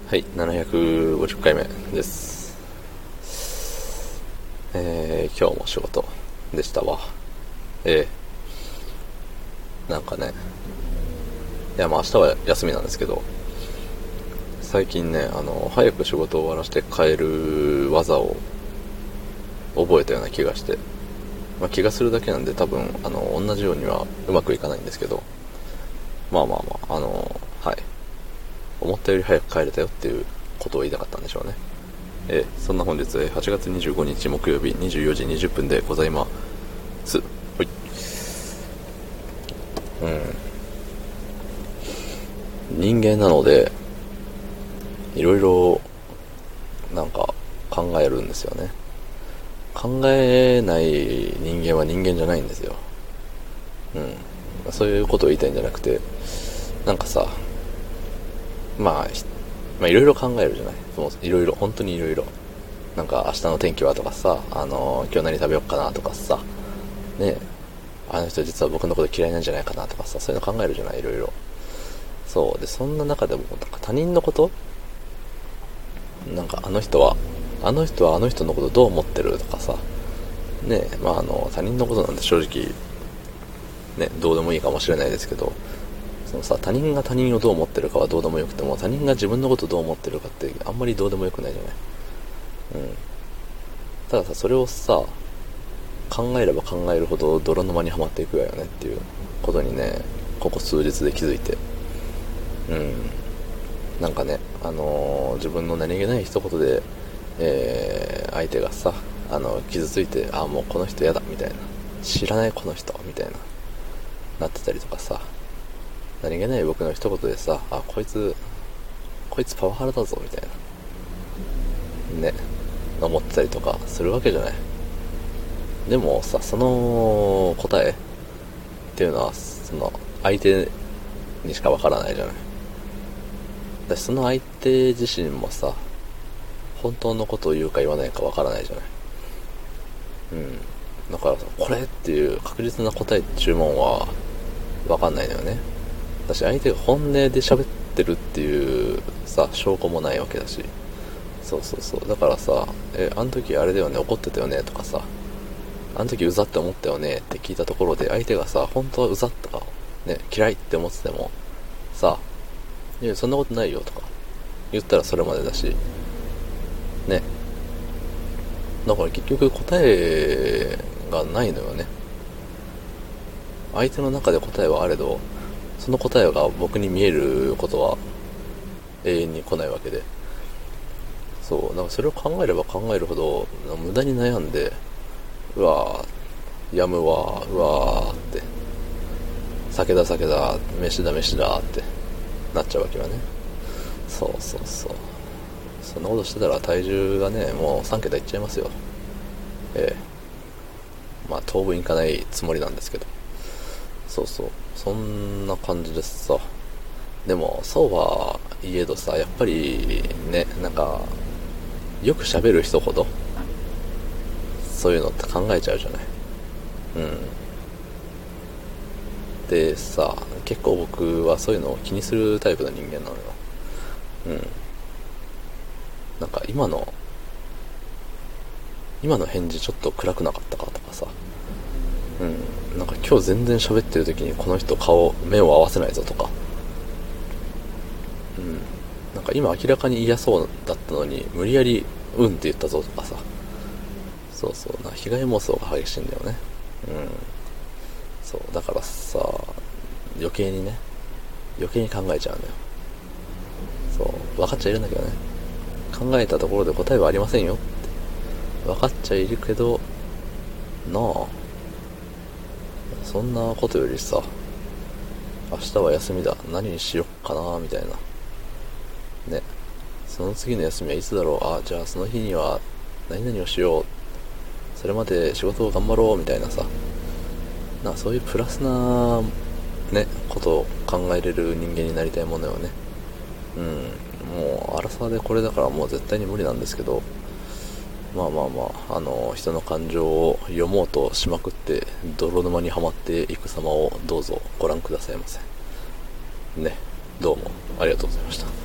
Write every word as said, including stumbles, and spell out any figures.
はい、ななひゃくごじゅっかいめです。えー、今日も仕事でしたわ。えー、なんかね、いやまあ明日は休みなんですけど、最近ね、あの、早く仕事を終わらせて帰る技を覚えたような気がして、まあ、気がするだけなんで多分、あの、同じようにはうまくいかないんですけど、まあまあまあ、あの、はい。思ったより早く帰れたよっていうことを言いたかったんでしょうね。えー、そんな本日はちがつにじゅうごにち木曜日にじゅうよじにじゅっぷんでございます。はい。うん。人間なので、いろいろ、なんか、考えるんですよね。考えない人間は人間じゃないんですよ。うん。そういうことを言いたいんじゃなくて、なんかさ、まあ、まあいろいろ考えるじゃない。もういろいろ、本当にいろいろ。なんか明日の天気はとかさ、あのー、今日何食べようかなとかさ、ねえ、あの人実は僕のこと嫌いなんじゃないかなとかさ、そういうの考えるじゃない、いろいろ。そうで、そんな中でもなんか他人のこと、なんかあの人はあの人はあの人のことどう思ってるとかさ、ねえ、まああの他人のことなんて正直ね、どうでもいいかもしれないですけど、そのさ、他人が他人をどう思ってるかはどうでもよくても、他人が自分のことをどう思ってるかってあんまりどうでもよくないじゃない。うん。たださ、それをさ、考えれば考えるほど泥沼にはまっていくわよねっていうことにね、ここ数日で気づいて、うん、なんかね、あのー、自分の何気ない一言で、えー、相手がさ、あの傷ついて、あ、もうこの人嫌だみたいな、知らないこの人みたいななってたりとかさ、何気ない僕の一言でさ、あ、こいつこいつパワハラだぞみたいなね、思ってたりとかするわけじゃない。でもさ、その答えっていうのはその相手にしかわからないじゃない。だしその相手自身もさ、本当のことを言うか言わないかわからないじゃない。うん。だからさ、これっていう確実な答え、注文はわかんないのよね。だし相手が本音で喋ってるっていうさ、証拠もないわけだし。そうそうそう。だからさ、え、あの時あれだよね、怒ってたよねとかさ、あの時うざって思ったよねって聞いたところで、相手がさ、本当はうざとか、ね、嫌いって思ってても、さ、いや、そんなことないよとか、言ったらそれまでだし、ね。だから結局答えがないのよね。相手の中で答えはあれど、その答えが僕に見えることは永遠に来ないわけで。そう、なんかそれを考えれば考えるほど、無駄に悩んで、うわぁ、やむわ、うわーって、酒だ酒だ、飯だ飯だってなっちゃうわけよね。そうそうそう。そんなことしてたら体重がね、もうさんけたいっちゃいますよ。ええ。まあ当分いかないつもりなんですけど。そうそう。そんな感じですさ。でも、そうはいえどさ、やっぱりね、なんか、よく喋る人ほど、そういうのって考えちゃうじゃない。うん。でさ、結構僕はそういうのを気にするタイプの人間なのよ。うん。なんか今の、今の返事ちょっと暗くなかったかとかさ、うん。なんか今日全然喋ってる時にこの人顔、目を合わせないぞとか、うん。なんか今明らかに嫌そうだったのに、無理やり、うんって言ったぞとかさ、そうそう、なんか被害妄想が激しいんだよね。うん。そう、だからさ、余計にね、余計に考えちゃうんだよ。そう、分かっちゃいるんだけどね。考えたところで答えはありませんよ。分かっちゃいるけど、なあ、そんなことよりさ、明日は休みだ、何にしよっかな、みたいな。ね。その次の休みはいつだろう、あ、じゃあその日には何々をしよう。それまで仕事を頑張ろう、みたいなさ。なそういうプラスな、ね、ことを考えれる人間になりたいものよね。うん。もう、荒さでこれだからもう絶対に無理なんですけど、まあまあまあ、あの、人の感情を読もうとしまくって、泥沼にはまっていく様をどうぞご覧くださいませ。ね、どうもありがとうございました。